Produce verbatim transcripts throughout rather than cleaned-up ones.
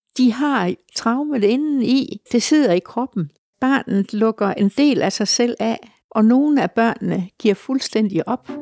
De har traumet inden i. Det sidder i kroppen. Barnet lukker en del af sig selv af, og nogle af børnene giver fuldstændig op.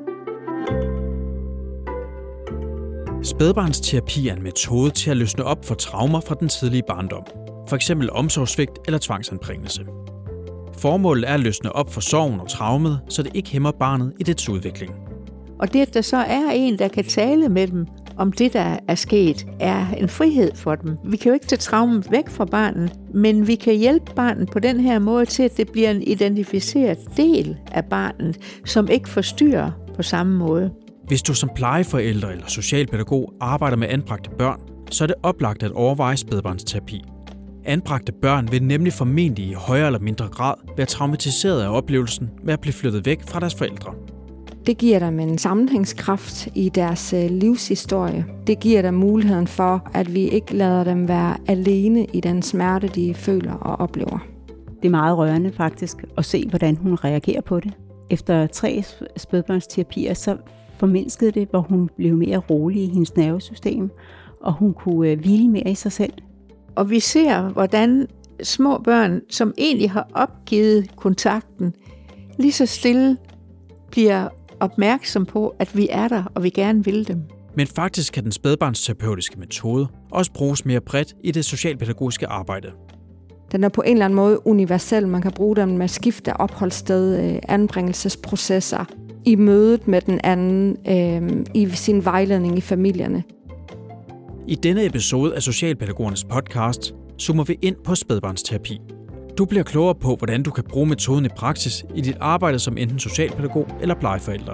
Spædbarnsterapi er en metode til at løsne op for traumer fra den tidlige barndom. For eksempel omsorgssvigt eller tvangsanbringelse. Formålet er at løsne op for sorgen og traumet, så det ikke hæmmer barnet i dets udvikling. Og det, at der så er en, der kan tale med dem om det, der er sket, er en frihed for dem. Vi kan jo ikke tage traumet væk fra barnet, men vi kan hjælpe barnet på den her måde til, at det bliver en identificeret del af barnet, som ikke forstyrrer på samme måde. Hvis du som plejeforælder eller socialpædagog arbejder med anbragte børn, så er det oplagt at overveje spædbarnsterapi. Anbragte børn vil nemlig formentlig i højere eller mindre grad være traumatiseret af oplevelsen med at blive flyttet væk fra deres forældre. Det giver dem en sammenhængskraft i deres livshistorie. Det giver dem muligheden for, at vi ikke lader dem være alene i den smerte, de føler og oplever. Det er meget rørende faktisk at se, hvordan hun reagerer på det. Efter tre spædbarnsterapier, så formindskede det, hvor hun blev mere rolig i hendes nervesystem, og hun kunne hvile mere i sig selv. Og vi ser, hvordan små børn, som egentlig har opgivet kontakten, lige så stille bliver opmærksom på, at vi er der, og vi gerne vil dem. Men faktisk kan den spædbarnsterapeutiske metode også bruges mere bredt i det socialpædagogiske arbejde. Den er på en eller anden måde universel. Man kan bruge den med skift af opholdssted, anbringelsesprocesser, i mødet med den anden, øh, i sin vejledning i familierne. I denne episode af Socialpædagogernes podcast zoomer vi ind på spædbarnsterapi. Du bliver klogere på, hvordan du kan bruge metoden i praksis i dit arbejde som enten socialpædagog eller plejeforælder.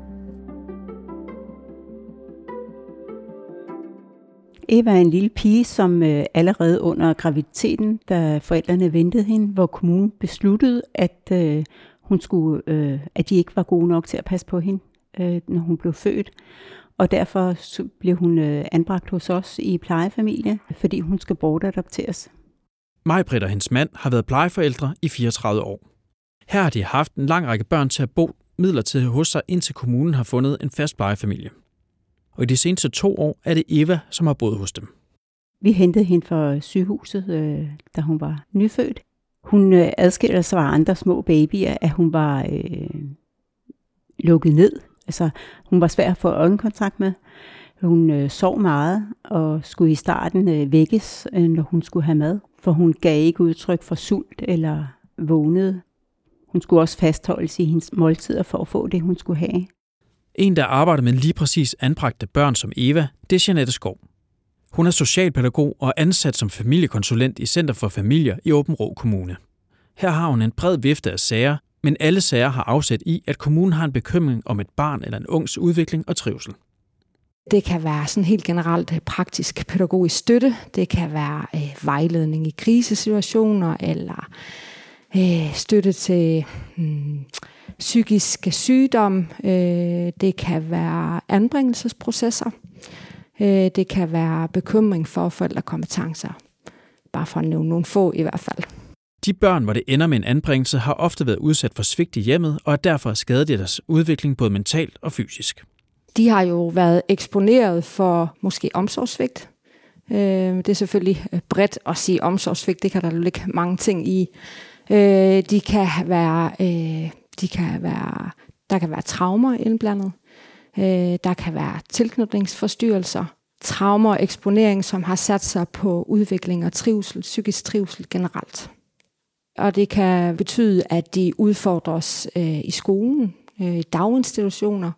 Eva er en lille pige, som øh, allerede under graviditeten, da forældrene ventede hende, hvor kommunen besluttede, at, øh, hun skulle, øh, at de ikke var gode nok til at passe på hende, øh, når hun blev født. Og derfor blev hun øh, anbragt hos os i plejefamilie, fordi hun skal bortadopteres. Maj-Britt og hendes mand har været plejeforældre i fireogtredive år. Her har de haft en lang række børn til at bo midlertidigt hos sig, indtil kommunen har fundet en fast plejefamilie. Og i de seneste to år er det Eva, som har boet hos dem. Vi hentede hende fra sygehuset, øh, da hun var nyfødt. Hun øh, adskilte sig fra andre små babyer, at hun var øh, lukket ned. Altså, hun var svær at få øjenkontakt med. Hun øh, sov meget og skulle i starten øh, vækkes, øh, når hun skulle have mad. For hun gav ikke udtryk for sult eller vågnede. Hun skulle også fastholdes i hendes måltider for at få det, hun skulle have. En, der arbejder med lige præcis anbragte børn som Eva, det er Jeanette Skov. Hun er socialpædagog og ansat som familiekonsulent i Center for Familier i Aabenraa Kommune. Her har hun en bred vifte af sager, men alle sager har afsæt i, at kommunen har en bekymring om et barn eller en ungs udvikling og trivsel. Det kan være sådan helt generelt praktisk pædagogisk støtte. Det kan være øh, vejledning i krisesituationer eller øh, støtte til hmm, psykiske sygdom. Øh, det kan være anbringelsesprocesser. Øh, det kan være bekymring for forældrekompetencer. Bare for at nævne nogle få i hvert fald. De børn, hvor det ender med en anbringelse, har ofte været udsat for svigt i hjemmet og er derfor skadet i deres udvikling både mentalt og fysisk. De har jo været eksponeret for måske omsorgssvigt. Øh, det er selvfølgelig bredt at sige omsorgssvigt. Det kan der jo ligge mange ting i. Øh, de kan være, øh, de kan være, der kan være traumer indblandet. Øh, der kan være tilknytningsforstyrrelser. Traumer og eksponering, som har sat sig på udvikling og trivsel, psykisk trivsel generelt. Og det kan betyde, at de udfordres øh, i skolen, øh, i daginstitutioner.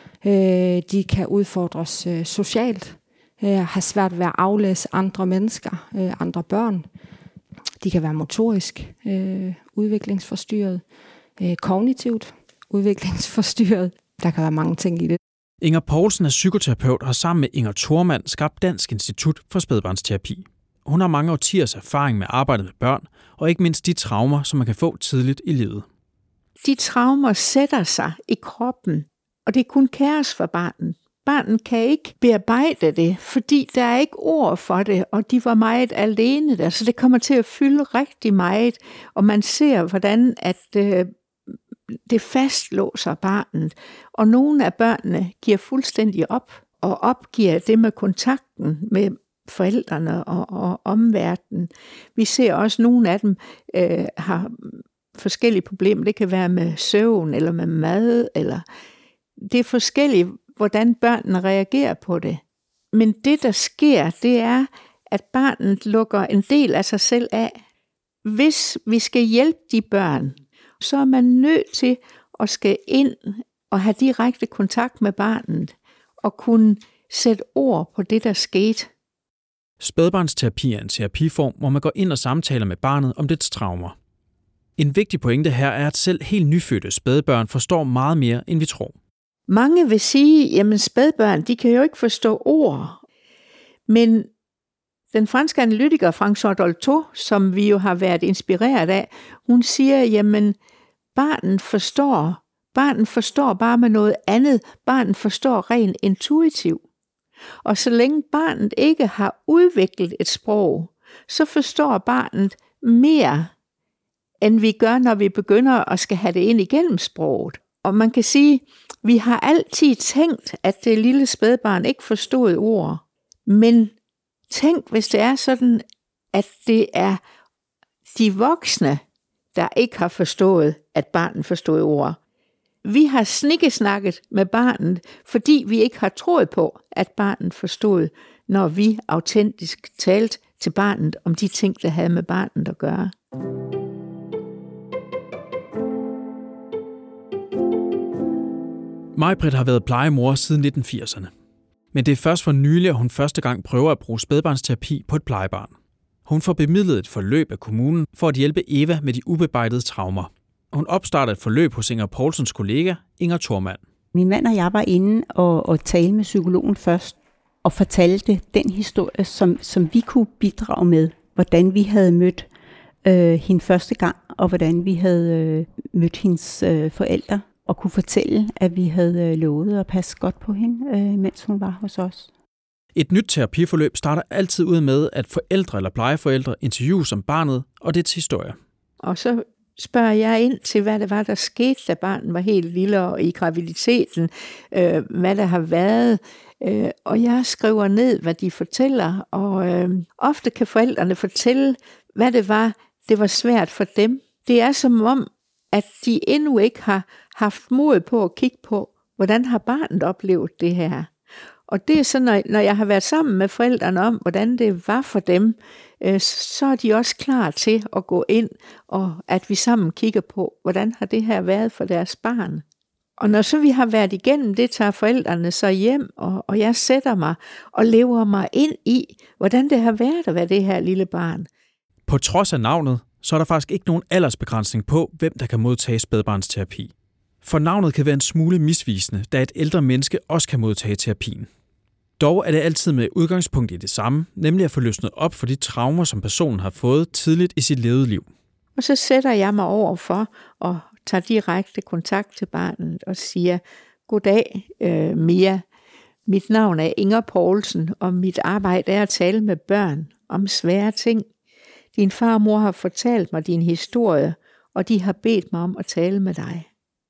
Øh, de kan udfordres øh, socialt, øh, har svært ved at aflæse andre mennesker, øh, andre børn. De kan være motorisk øh, udviklingsforstyrret, øh, kognitivt udviklingsforstyrret. Der kan være mange ting i det. Inger Poulsen er psykoterapeut og har sammen med Inger Thormand skabt Dansk Institut for Spædbarnsterapi. Hun har mange årtiers erfaring med arbejdet med børn, og ikke mindst de traumer, som man kan få tidligt i livet. De traumer sætter sig i kroppen, og det er kun kaos for barnet. Barnet kan ikke bearbejde det, fordi der er ikke ord for det, og de var meget alene der, så det kommer til at fylde rigtig meget, og man ser, hvordan at øh, det fastlåser barnet, og nogle af børnene giver fuldstændig op, og opgiver det med kontakten med forældrene og, og omverdenen. Vi ser også, at nogle af dem øh, har forskellige problemer. Det kan være med søvn eller med mad. Eller det er forskelligt, hvordan børnene reagerer på det. Men det, der sker, det er, at barnet lukker en del af sig selv af. Hvis vi skal hjælpe de børn, så er man nødt til at skal ind og have direkte kontakt med barnet og kunne sætte ord på det, der skete. Spædbarnsterapi er en terapiform, hvor man går ind og samtaler med barnet om dets traumer. En vigtig pointe her er, at selv helt nyfødte spædbørn forstår meget mere, end vi tror. Mange vil sige, jamen spædbørn, de kan jo ikke forstå ord. Men den franske analytiker François Dolto, som vi jo har været inspireret af, hun siger, jamen barnet forstår, barnet forstår bare med noget andet. Barnet forstår rent intuitivt. Og så længe barnet ikke har udviklet et sprog, så forstår barnet mere, end vi gør, når vi begynder at skal have det ind igennem sproget. Og man kan sige, vi har altid tænkt, at det lille spædbarn ikke forstod ord. Men tænk, hvis det er sådan, at det er de voksne, der ikke har forstået, at barnet forstod ord. Vi har snikkesnakket med barnet, fordi vi ikke har troet på, at barnet forstod, når vi autentisk talte til barnet om de ting, der havde med barnet at gøre. Maj-Britt har været plejemor siden nitten firserne. Men det er først for nylig, at hun første gang prøver at bruge spædbarnsterapi på et plejebarn. Hun får bemidlet et forløb af kommunen for at hjælpe Eva med de ubearbejdede traumer. Hun opstarter et forløb hos Inger Poulsens kollega, Inger Thormand. Min mand og jeg var inde og, og tale med psykologen først, og fortalte den historie, som, som vi kunne bidrage med. Hvordan vi havde mødt øh, hende første gang, og hvordan vi havde øh, mødt hendes øh, forældre, og kunne fortælle, at vi havde øh, lovet at passe godt på hende, øh, mens hun var hos os. Et nyt terapiforløb starter altid ud med, at forældre eller plejeforældre interviews om barnet og dets historie. Og så spørger jeg ind til, hvad det var, der skete, da barnet var helt lille og i graviditeten, øh, hvad der har været. Øh, og jeg skriver ned, hvad de fortæller, og øh, ofte kan forældrene fortælle, hvad det var, det var svært for dem. Det er som om, at de endnu ikke har haft mod på at kigge på, hvordan har barnet oplevet det her. Og det er så, når, når jeg har været sammen med forældrene om, hvordan det var for dem, øh, så er de også klar til at gå ind, og at vi sammen kigger på, hvordan har det her været for deres barn. Og når så vi har været igennem det, tager forældrene så hjem, og, og jeg sætter mig og lever mig ind i, hvordan det har været at være det her lille barn. På trods af navnet, så er der faktisk ikke nogen aldersbegrænsning på, hvem der kan modtage spædbarnsterapi. For navnet kan være en smule misvisende, da et ældre menneske også kan modtage terapien. Dog er det altid med udgangspunkt i det samme, nemlig at få løsnet op for de traumer, som personen har fået tidligt i sit levede liv. Og så sætter jeg mig over for og tager direkte kontakt til barnet og siger, goddag øh, Mia, mit navn er Inger Poulsen, og mit arbejde er at tale med børn om svære ting. Din far og mor har fortalt mig din historie, og de har bedt mig om at tale med dig.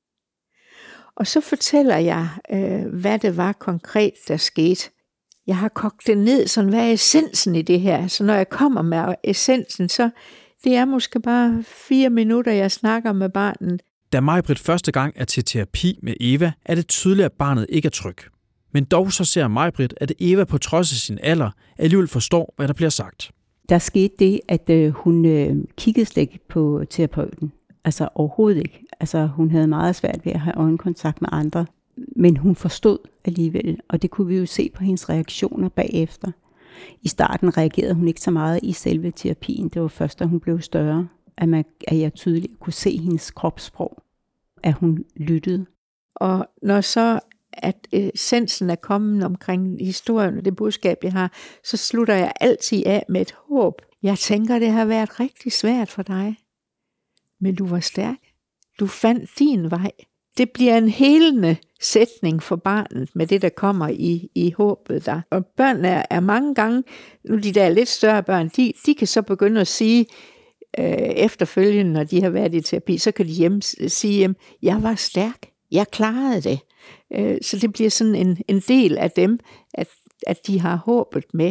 Og så fortæller jeg, øh, hvad det var konkret, der skete. Jeg har kogt det ned, sådan hvad er essensen i det her? Så når jeg kommer med essensen, så det er måske bare fire minutter, jeg snakker med barnet. Da Maj-Britt første gang er til terapi med Eva, er det tydeligt, at barnet ikke er tryg. Men dog så ser Maj-Britt, at Eva på trods af sin alder alligevel forstår, hvad der bliver sagt. Der skete det, at øh, hun øh, kiggede slet ikke på terapeuten. Altså overhovedet ikke. Altså hun havde meget svært ved at have øjenkontakt med andre. Men hun forstod alligevel, og det kunne vi jo se på hendes reaktioner bagefter. I starten reagerede hun ikke så meget i selve terapien. Det var først, da hun blev større, at, man, at jeg tydeligt kunne se hendes kropssprog, at hun lyttede. Og når så at essensen er kommet omkring historien og det budskab, jeg har, så slutter jeg altid af med et håb. Jeg tænker, det har været rigtig svært for dig, men du var stærk. Du fandt din vej. Det bliver en helende sætning for barnet med det, der kommer i, i håbet der. Og børn er, er mange gange, nu de der lidt større børn, de, de kan så begynde at sige øh, efterfølgende, når de har været i terapi, så kan de hjem, sige, at jeg var stærk, jeg klarede det. Øh, så det bliver sådan en, en del af dem, at, at de har håbet med.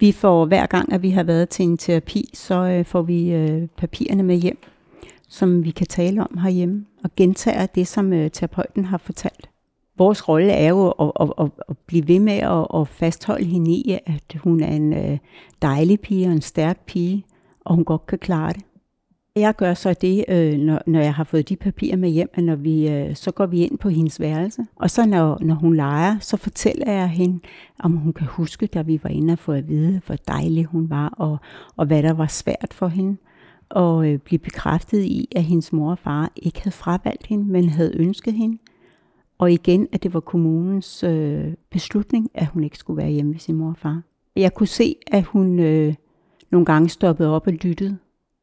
Vi får hver gang, at vi har været til en terapi, så øh, får vi øh, papirerne med hjem, som vi kan tale om herhjemme, og gentager det, som øh, terapeuten har fortalt. Vores rolle er jo at, at, at, at blive ved med at, at fastholde hende i, at hun er en øh, dejlig pige og en stærk pige, og hun godt kan klare det. Jeg gør så det, øh, når, når jeg har fået de papirer med hjem, at når vi, øh, så går vi ind på hendes værelse. Og så når, når hun leger, så fortæller jeg hende, om hun kan huske, da vi var inde og få at vide, hvor dejlig hun var, og, og hvad der var svært for hende. Og øh, blive bekræftet i, at hendes mor og far ikke havde fravalgt hende, men havde ønsket hende. Og igen, at det var kommunens øh, beslutning, at hun ikke skulle være hjemme ved sin mor og far. Jeg kunne se, at hun øh, nogle gange stoppede op og lyttede.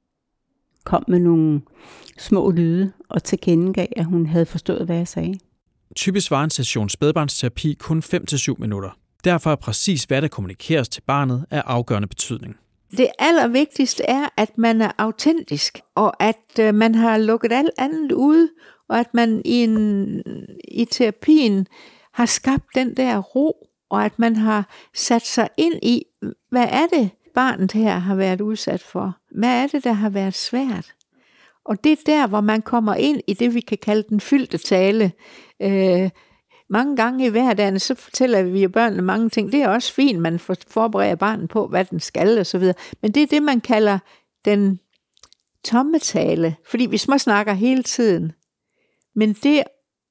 Kom med nogle små lyde og tilkendegav, at hun havde forstået, hvad jeg sagde. Typisk var en session spædbarnsterapi kun fem til syv minutter. Derfor er præcis, hvad der kommunikeres til barnet, af afgørende betydning. Det allervigtigste er, at man er autentisk, og at øh, man har lukket alt andet ud, og at man i, en, i terapien har skabt den der ro, og at man har sat sig ind i, hvad er det, barnet her har været udsat for? Hvad er det, der har været svært? Og det er der, hvor man kommer ind i det, vi kan kalde den fyldte tale. Øh, mange gange i hverdagen, så fortæller vi jo børnene mange ting. Det er også fint, man forbereder barnet på, hvad den skal og så videre. Men det er det, man kalder den tomme tale. Fordi vi småsnakker hele tiden. Men det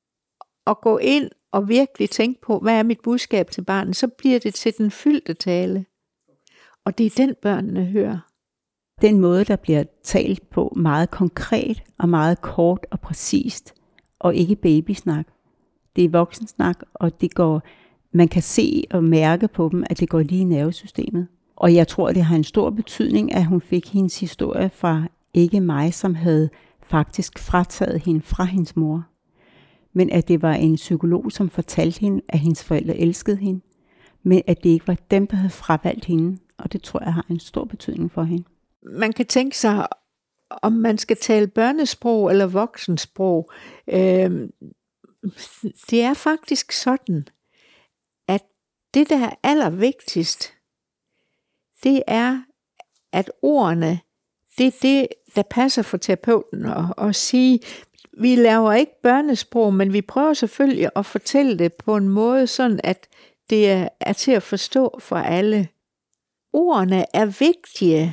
at gå ind og virkelig tænke på, hvad er mit budskab til barnet, så bliver det til den fyldte tale. Og det er den, børnene hører. Den måde, der bliver talt på meget konkret og meget kort og præcist, og ikke babysnak. Det er voksensnak, og det går, man kan se og mærke på dem, at det går lige i nervesystemet. Og jeg tror, det har en stor betydning, at hun fik hendes historie fra ikke mig, som havde faktisk frataget hende fra hendes mor. Men at det var en psykolog, som fortalte hende, at hendes forældre elskede hende, men at det ikke var dem, der havde fravalgt hende. Og det tror jeg har en stor betydning for hende. Man kan tænke sig, om man skal tale børnesprog eller voksensprog. Øh, det er faktisk sådan, at det, der er allervigtigst, det er, at ordene, det er det, der passer for terapeuten at, at sige, vi laver ikke børnesprog, men vi prøver selvfølgelig at fortælle det på en måde, sådan at det er, er til at forstå for alle. Ordene er vigtige,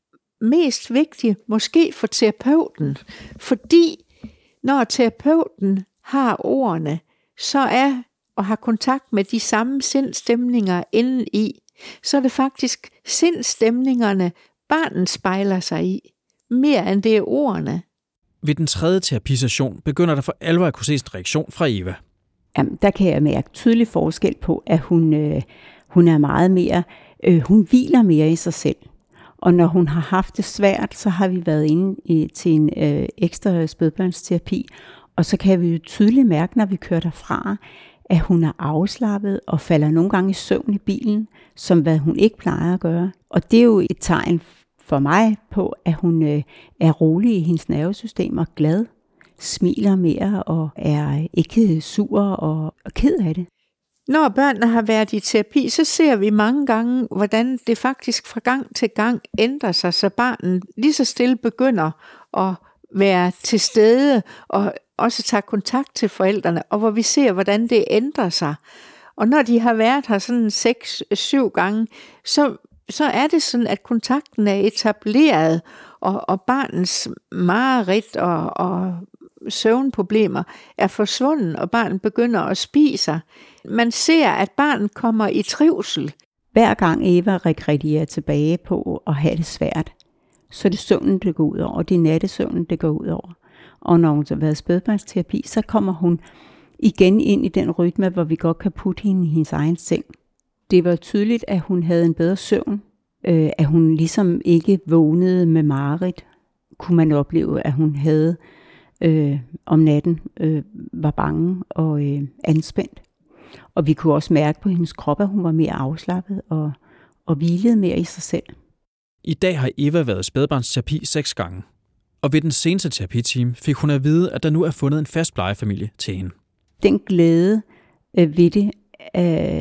mest vigtige måske for terapeuten, fordi når terapeuten har ordene, så er og har kontakt med de samme sindstemninger inden i, så er det faktisk sindstemningerne, barnet spejler sig i, mere end det er ordene. Ved den tredje terapisession begynder der for alvor at kunne ses en reaktion fra Eva. Jamen, der kan jeg mærke tydelig forskel på, at hun, øh, hun er meget mere, øh, hun hviler mere i sig selv. Og når hun har haft det svært, så har vi været inde i, til en øh, ekstra spædbørnsterapi, og så kan vi jo tydeligt mærke, når vi kører derfra, at hun er afslappet og falder nogle gange i søvn i bilen, som hvad hun ikke plejer at gøre. Og det er jo et tegn for mig på, at hun øh, er rolig i hendes nervesystem og glad, smiler mere og er ikke sur og, og ked af det. Når børnene har været i terapi, så ser vi mange gange, hvordan det faktisk fra gang til gang ændrer sig, så barnet lige så stille begynder at være til stede og også tage kontakt til forældrene, og hvor vi ser, hvordan det ændrer sig. Og når de har været her sådan seks, syv gange, så, så er det sådan, at kontakten er etableret, og, og barnets mareridt og, og søvnproblemer er forsvundet, og barnet begynder at spise. Man ser, at barnet kommer i trivsel. Hver gang Eva regredierer tilbage på at have det svært, så er det søvnen, det går ud over, og det er nattesøvnen, det går ud over. Og når hun har været spædbørnsterapi, så kommer hun igen ind i den rytme, hvor vi godt kan putte hende i hendes egen seng. Det var tydeligt, at hun havde en bedre søvn, øh, at hun ligesom ikke vågnede med mareridt. Kunne man opleve, at hun havde øh, om natten, øh, var bange og øh, anspændt. Og vi kunne også mærke på hendes krop, at hun var mere afslappet og, og hvilede mere i sig selv. I dag har Eva været i spædbarnsterapi seks gange. Og ved den seneste terapiteam fik hun at vide, at der nu er fundet en fast plejefamilie til hende. Den glæde øh, ved det, øh,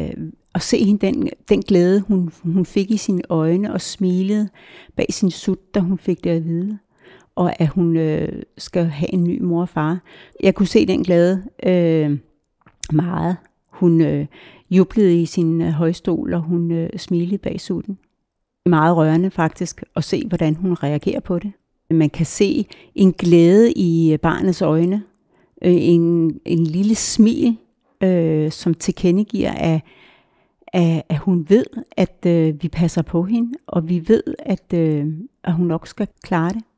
at se hende, den, den glæde, hun, hun fik i sine øjne, og smilede bag sin sut, da hun fik det at vide. Og at hun øh, skal have en ny mor og far. Jeg kunne se den glæde øh, meget. Hun øh, jublede i sin øh, højstol, og hun øh, smilede bag sutten. Det er meget rørende faktisk at se, hvordan hun reagerer på det. Man kan se en glæde i barnets øjne. Øh, en, en lille smil, øh, som tilkendegiver, at, at, at hun ved, at øh, vi passer på hende, og vi ved, at, øh, at hun nok skal klare det.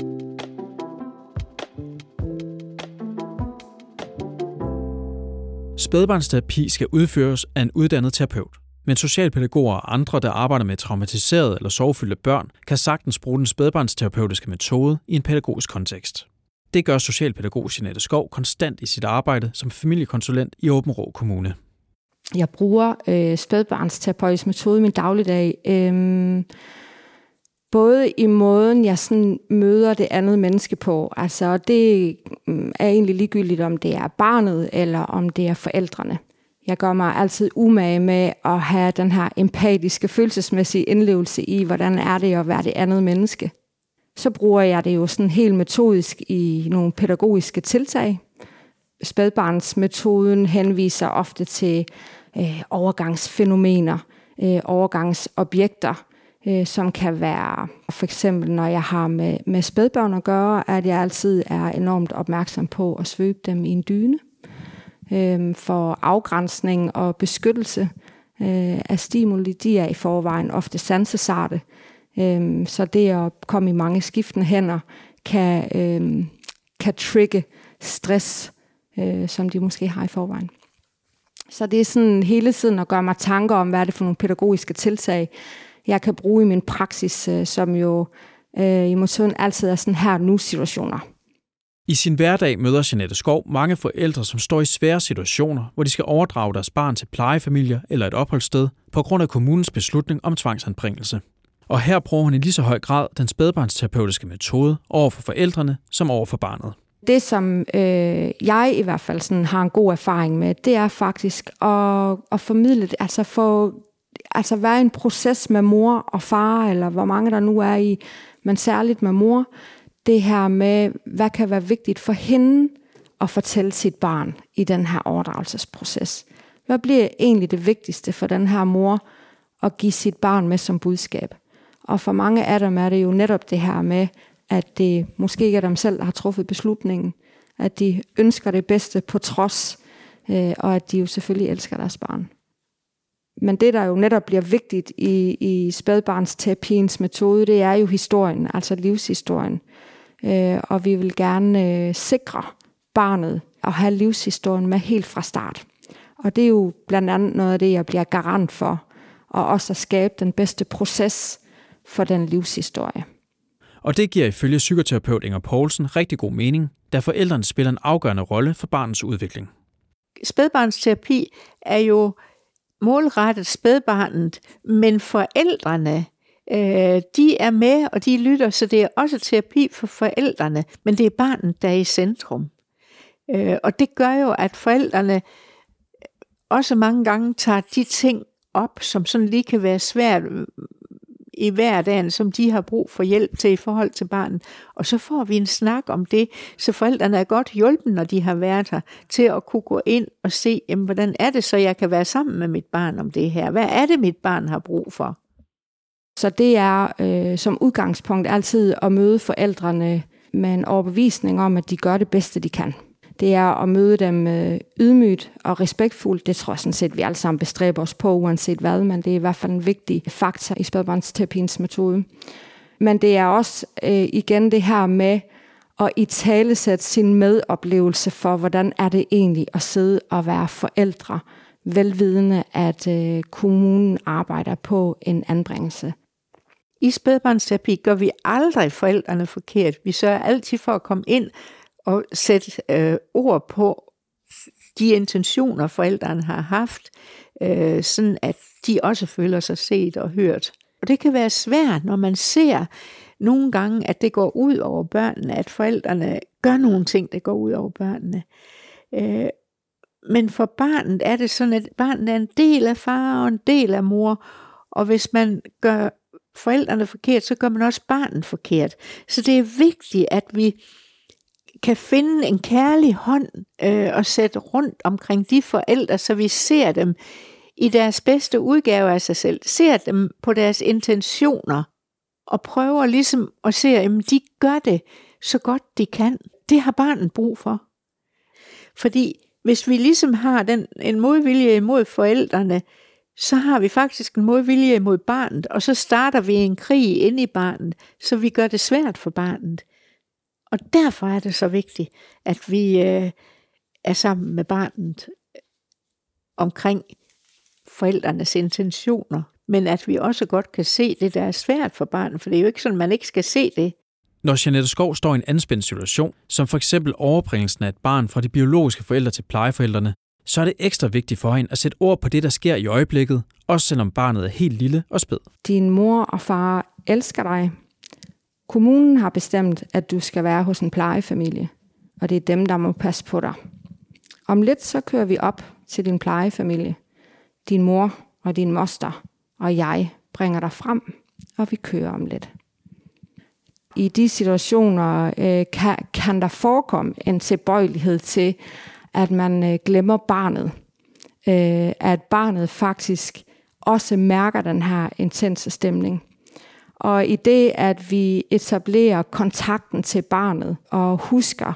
Spædbarnsterapi skal udføres af en uddannet terapeut, men socialpædagoger og andre, der arbejder med traumatiserede eller sorgfyldte børn, kan sagtens bruge den spædbarnsterapeutiske metode i en pædagogisk kontekst. Det gør socialpædagog Jeanette Skov konstant i sit arbejde som familiekonsulent i Aabenraa Kommune. Jeg bruger øh, spædbarnsterapeutisk metode i min dagligdag. Øh, både i måden, jeg sådan møder det andet menneske på. Altså, det er egentlig ligegyldigt, om det er barnet eller om det er forældrene. Jeg gør mig altid umage med at have den her empatiske, følelsesmæssige indlevelse i, hvordan er det at være det andet menneske. Så bruger jeg det jo sådan helt metodisk i nogle pædagogiske tiltag. Spædbarnsmetoden henviser ofte til øh, overgangsfænomener, øh, overgangsobjekter, øh, som kan være, for eksempel når jeg har med, med spædbørn at gøre, at jeg altid er enormt opmærksom på at svøbe dem i en dyne. Øh, for afgrænsning og beskyttelse øh, af stimuli, de er i forvejen ofte sansesarte. Øh, så det at komme i mange skiftende hænder kan, øh, kan trigge stress, øh, som de måske har i forvejen. Så det er sådan hele tiden at gøre mig tanker om, hvad er det for nogle pædagogiske tiltag, jeg kan bruge i min praksis, øh, som jo øh, i metoden altid er sådan her nu-situationer. I sin hverdag møder Jeanette Skov mange forældre, som står i svære situationer, hvor de skal overdrage deres barn til plejefamilier eller et opholdssted på grund af kommunens beslutning om tvangsanbringelse. Og her bruger hun i lige så høj grad den spædbarnsterapeutiske metode over for forældrene som over for barnet. Det, som øh, jeg i hvert fald sådan har en god erfaring med, det er faktisk at, at formidle det, altså få altså være en proces med mor og far, eller hvor mange der nu er i, men særligt med mor. Det her med, hvad kan være vigtigt for hende at fortælle sit barn i den her overdragelsesproces. Hvad bliver egentlig det vigtigste for den her mor at give sit barn med som budskab? Og for mange af dem er det jo netop det her med, at det måske ikke er dem selv, der har truffet beslutningen. At de ønsker det bedste på trods, øh, og at de jo selvfølgelig elsker deres barn. Men det, der jo netop bliver vigtigt i, i spædbarnsterapiens metode, det er jo historien, altså livshistorien. Øh, og vi vil gerne øh, sikre barnet og have livshistorien med helt fra start. Og det er jo blandt andet noget af det, jeg bliver garant for, og også at skabe den bedste proces for den livshistorie. Og det giver ifølge psykoterapeut Inger Poulsen rigtig god mening, da forældrene spiller en afgørende rolle for barnets udvikling. Spædbarnsterapi er jo målrettet spædbarnet, men forældrene, øh, de er med, og de lytter, så det er også terapi for forældrene, men det er barnet, der er i centrum. Øh, og det gør jo, at forældrene også mange gange tager de ting op, som sådan lige kan være svært i hverdagen, som de har brug for hjælp til i forhold til barnet. Og så får vi en snak om det, så forældrene er godt hjulpet, når de har været her, til at kunne gå ind og se, jamen, hvordan er det så, jeg kan være sammen med mit barn om det her? Hvad er det, mit barn har brug for? Så det er øh, som udgangspunkt altid at møde forældrene med en overbevisning om, at de gør det bedste, de kan. Det er at møde dem øh, ydmygt og respektfuldt. Det tror jeg sådan set, vi alle sammen bestræber os på, uanset hvad, men det er i hvert fald en vigtig faktor i spædbarnsterapiens metode. Men det er også øh, igen det her med at italesætte sin medoplevelse for, hvordan er det egentlig at sidde og være forældre, velvidende, at øh, kommunen arbejder på en anbringelse. I spædbarnsterapi gør vi aldrig forældrene forkert. Vi sørger altid for at komme ind og sætte øh, ord på de intentioner, forældrene har haft, øh, sådan at de også føler sig set og hørt. Og det kan være svært, når man ser nogle gange, at det går ud over børnene, at forældrene gør nogle ting, der går ud over børnene. Øh, Men for barnet er det sådan, at barnet er en del af far og en del af mor, og hvis man gør forældrene forkert, så gør man også barnet forkert. Så det er vigtigt, at vi kan finde en kærlig hånd øh, og sætte rundt omkring de forældre, så vi ser dem i deres bedste udgave af sig selv, ser dem på deres intentioner, og prøver ligesom at se, at de gør det så godt de kan. Det har barnet brug for. Fordi hvis vi ligesom har den, en modvilje imod forældrene, så har vi faktisk en modvilje imod barnet, og så starter vi en krig inde i barnet, så vi gør det svært for barnet. Og derfor er det så vigtigt, at vi øh, er sammen med barnet omkring forældrenes intentioner, men at vi også godt kan se det, der er svært for barnet, for det er jo ikke sådan, at man ikke skal se det. Når Jeanette Skov står i en anspændt situation, som for eksempel overbringelsen af et barn fra de biologiske forældre til plejeforældrene, så er det ekstra vigtigt for hende at sætte ord på det, der sker i øjeblikket, også selvom barnet er helt lille og spæd. Din mor og far elsker dig. Kommunen har bestemt, at du skal være hos en plejefamilie, og det er dem, der må passe på dig. Om lidt så kører vi op til din plejefamilie. Din mor og din moster og jeg bringer dig frem, og vi kører om lidt. I de situationer øh, kan, kan der forekomme en tilbøjelighed til, at man øh, glemmer barnet. Øh, at barnet faktisk også mærker den her intense stemning. Og i det, at vi etablerer kontakten til barnet og husker,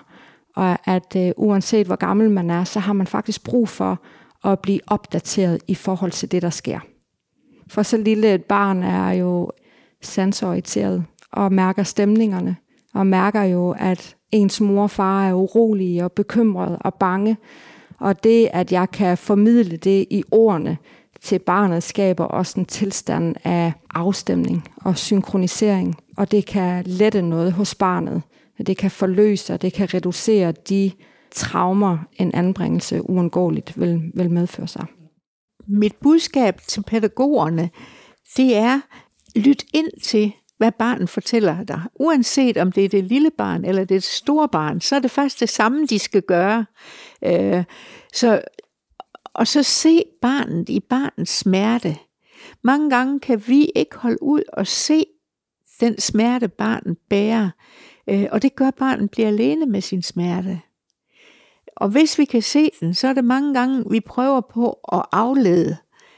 at øh, uanset hvor gammel man er, så har man faktisk brug for at blive opdateret i forhold til det, der sker. For så lille et barn er jo sansorienteret og mærker stemningerne, og mærker jo, at ens mor og far er urolige og bekymrede og bange. Og det, at jeg kan formidle det i ordene til barnet, skaber også en tilstand af afstemning og synkronisering. Og det kan lette noget hos barnet. Det kan forløse, og det kan reducere de traumer, en anbringelse uundgåeligt vil, vil medføre sig. Mit budskab til pædagogerne, det er, lyt ind til, hvad barnet fortæller dig. Uanset om det er det lille barn eller det store barn, så er det faktisk det samme, de skal gøre. Øh, så, og så se barnet i barnets smerte. Mange gange kan vi ikke holde ud og se den smerte, barnet bærer. Øh, og det gør, at barnet bliver alene med sin smerte. Og hvis vi kan se den, så er det mange gange, vi prøver på at aflede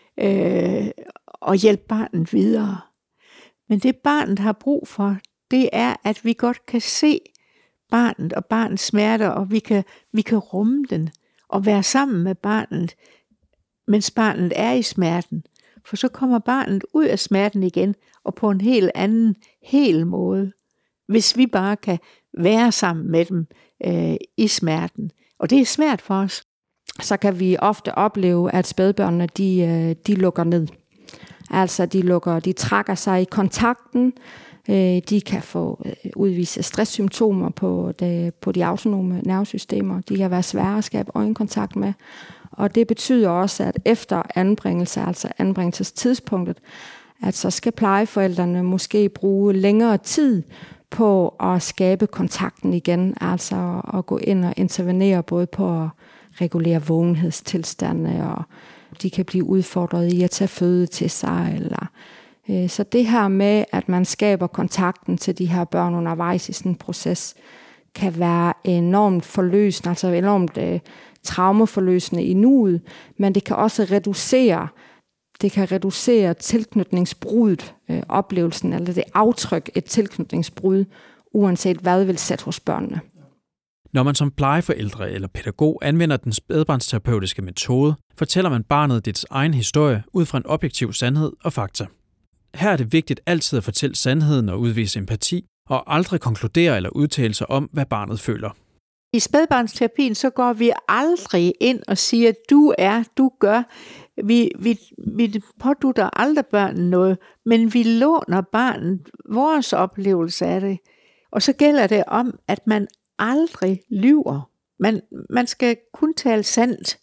øh, og hjælpe barnet videre. Men det barnet har brug for, det er, at vi godt kan se barnet og barnets smerter, og vi kan, vi kan rumme den og være sammen med barnet, mens barnet er i smerten. For så kommer barnet ud af smerten igen, og på en helt anden, hel måde, hvis vi bare kan være sammen med dem øh, i smerten. Og det er svært for os. Så kan vi ofte opleve, at spædbørnene de, de lukker ned. Altså de lukker, de trækker sig i kontakten. De kan få udvise stresssymptomer på de, på de autonome nervesystemer. De kan være svære at skabe øjenkontakt med. Og det betyder også, at efter anbringelse, altså anbringelsestidspunktet, at så skal plejeforældrene måske bruge længere tid på at skabe kontakten igen, altså at gå ind og intervenere både på at regulere vågenhedstilstande, og de kan blive udfordret i at tage føde til sig. Eller, øh, så det her med, at man skaber kontakten til de her børn undervejs i sådan en proces, kan være enormt forløsende, altså enormt øh, traumeforløsende i nuet, men det kan også reducere Det kan reducere tilknytningsbruddet, øh, oplevelsen, eller det aftryk, et tilknytningsbrud, uanset hvad vil sætte hos børnene. Når man som plejeforældre eller pædagog anvender den spædbarnsterapeutiske metode, fortæller man barnet dets egen historie ud fra en objektiv sandhed og fakta. Her er det vigtigt altid at fortælle sandheden og udvise empati, og aldrig konkludere eller udtale sig om, hvad barnet føler. I spædbarnsterapien så går vi aldrig ind og siger, du er, du gør. Vi, vi, vi pådutter aldrig børnene noget, men vi låner barnet vores oplevelse af det. Og så gælder det om, at man aldrig lyver. Man, man skal kun tale sandt.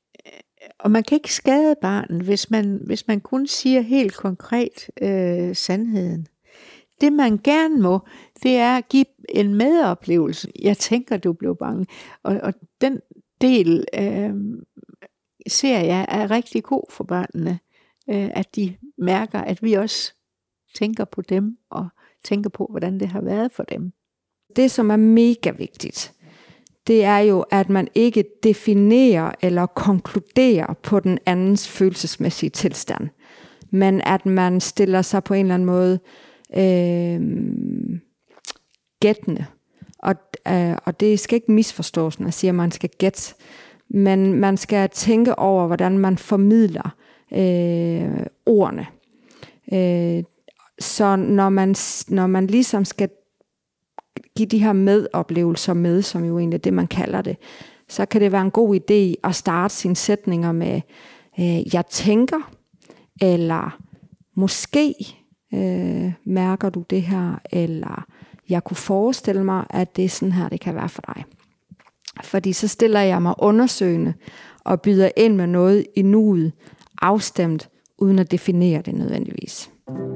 Og man kan ikke skade barnet, hvis man, hvis man kun siger helt konkret øh, sandheden. Det man gerne må, det er at give en medoplevelse. Jeg tænker, du blev bange. Og, og den, del øh, ser jeg er rigtig god for børnene. Øh, at de mærker, at vi også tænker på dem, og tænker på, hvordan det har været for dem. Det, som er mega vigtigt, det er jo, at man ikke definerer eller konkluderer på den andens følelsesmæssige tilstand, men at man stiller sig på en eller anden måde øh, gættende. Og, øh, og det skal ikke misforstås, når jeg siger, at man skal gætte, men man skal tænke over, hvordan man formidler øh, ordene. Øh, så når man, når man ligesom skal give de her medoplevelser med, som jo egentlig er det, man kalder det, så kan det være en god idé at starte sine sætninger med, øh, jeg tænker, eller måske øh, mærker du det her, eller jeg kunne forestille mig, at det er sådan her, det kan være for dig. Fordi så stiller jeg mig undersøgende og byder ind med noget i nuet, afstemt, uden at definere det nødvendigvis.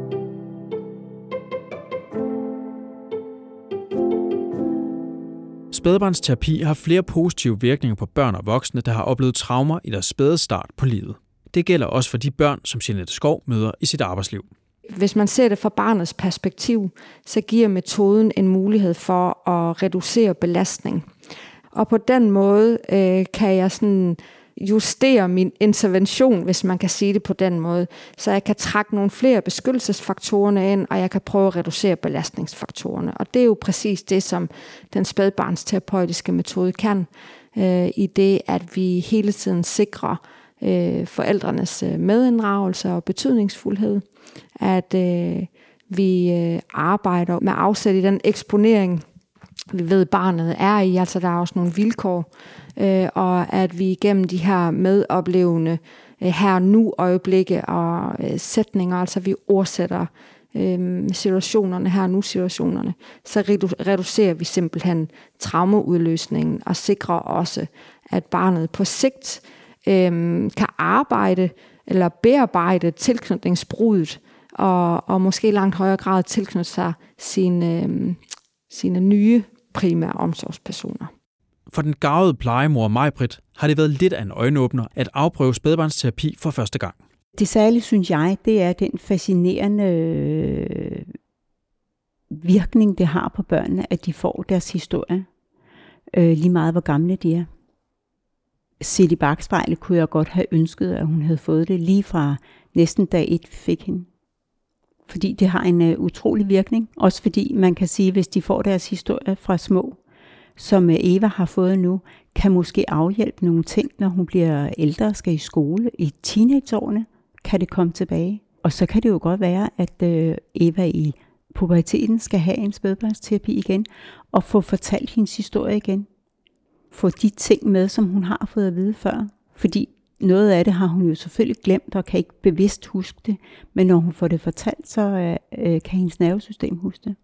Spædbarnsterapi har flere positive virkninger på børn og voksne, der har oplevet traumer i deres spæde start på livet. Det gælder også for de børn, som Jeanette Skov møder i sit arbejdsliv. Hvis man ser det fra barnets perspektiv, så giver metoden en mulighed for at reducere belastning. Og på den måde øh, kan jeg sådan justere min intervention, hvis man kan sige det på den måde, så jeg kan trække nogle flere beskyttelsesfaktorerne ind, og jeg kan prøve at reducere belastningsfaktorerne. Og det er jo præcis det, som den spædbarnsterapeutiske metode kan, øh, i det, at vi hele tiden sikrer øh, forældrenes medinddragelse og betydningsfuldhed, at øh, vi øh, arbejder med afsæt i den eksponering, vi ved, barnet er i, altså der er også nogle vilkår, øh, og at vi gennem de her medoplevende øh, her nu øjeblikke og øh, sætninger, altså vi ordsætter øh, situationerne her nu situationerne, så redu- reducerer vi simpelthen traumeudløsningen og sikrer også, at barnet på sigt øh, kan arbejde eller bearbejde tilknytningsbruddet og, og måske i langt højere grad tilknytte sig sine, øh, sine nye primære omsorgspersoner. For den garvede plejemor Maj-Britt har det været lidt af en øjenåbner at afprøve spædbarnsterapi for første gang. Det særlige, synes jeg, det er den fascinerende øh, virkning, det har på børnene, at de får deres historie, øh, lige meget hvor gamle de er. Set i bakspejlet kunne jeg godt have ønsket, at hun havde fået det lige fra næsten dag et, vi fik hende. Fordi det har en uh, utrolig virkning. Også fordi man kan sige, hvis de får deres historie fra små, som uh, Eva har fået nu, kan måske afhjælpe nogle ting, når hun bliver ældre og skal i skole. I teenageårene kan det komme tilbage. Og så kan det jo godt være, at uh, Eva i puberteten skal have en spædbarnsterapi igen, og få fortalt hendes historie igen. Få de ting med, som hun har fået at vide før. Fordi noget af det har hun jo selvfølgelig glemt, og kan ikke bevidst huske det. Men når hun får det fortalt, så øh, kan hendes nervesystem huske det.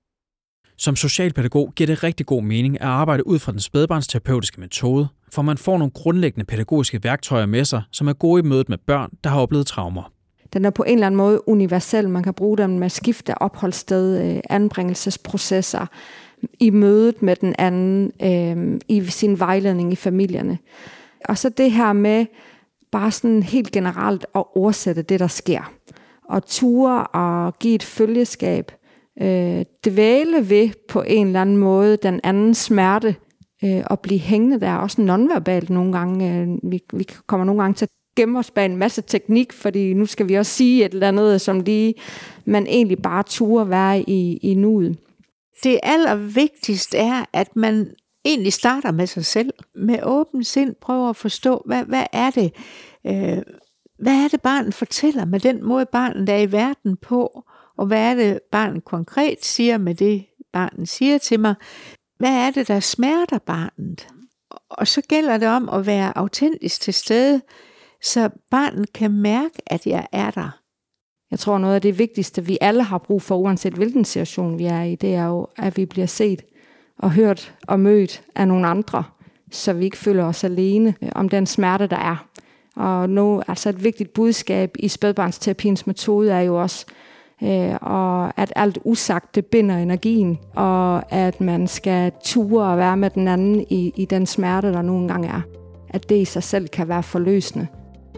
Som socialpædagog giver det rigtig god mening at arbejde ud fra den spædbarnsterapeutiske metode, for man får nogle grundlæggende pædagogiske værktøjer med sig, som er gode i mødet med børn, der har oplevet traumer. Den er på en eller anden måde universel. Man kan bruge den med skift af opholdssted, anbringelsesprocesser, i mødet med den anden, øh, i sin vejledning i familierne. Og så det her med bare sådan helt generelt at oversætte det, der sker. Og ture og give et følgeskab. Øh, dvæle ved på en eller anden måde den anden smerte. Øh, og blive hængende der. Også nonverbalt nogle gange. Øh, vi, vi kommer nogle gange til at gemme os bag en masse teknik, fordi nu skal vi også sige et eller andet, som lige man egentlig bare ture være i, i nuet. Det allervigtigste er, at man egentlig starter med sig selv, med åben sind, prøver at forstå, hvad, hvad er det, øh, hvad er det barnet fortæller med den måde barnet er i verden på, og hvad er det barnet konkret siger med det barnet siger til mig, hvad er det der smerter barnet, og så gælder det om at være autentisk til stede, så barnet kan mærke, at jeg er der. Jeg tror noget af det vigtigste vi alle har brug for, uanset hvilken situation vi er i, det er jo, at vi bliver set og hørt og mødt af nogle andre, så vi ikke føler os alene om den smerte, der er. Og nu, altså et vigtigt budskab i spædbarnsterapiens metode er jo også, øh, og at alt usagt, det binder energien, og at man skal ture og være med den anden i, i den smerte, der nogle gange er. At det i sig selv kan være forløsende.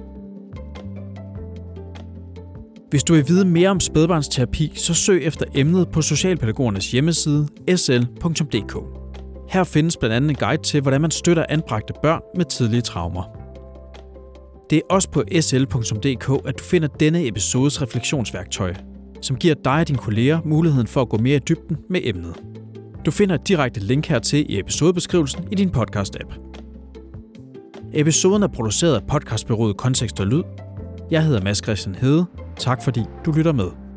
Hvis du vil vide mere om spædbarnsterapi, så søg efter emnet på Socialpædagogernes hjemmeside s l punktum d k. Her findes blandt andet en guide til, hvordan man støtter anbragte børn med tidlige traumer. Det er også på s l punktum d k, at du finder denne episodes refleksionsværktøj, som giver dig og dine kolleger muligheden for at gå mere i dybden med emnet. Du finder et direkte link hertil i episodebeskrivelsen i din podcast-app. Episoden er produceret af podcastbureauet Kontekst og Lyd. Jeg hedder Mads Christian Hede. Tak fordi du lytter med.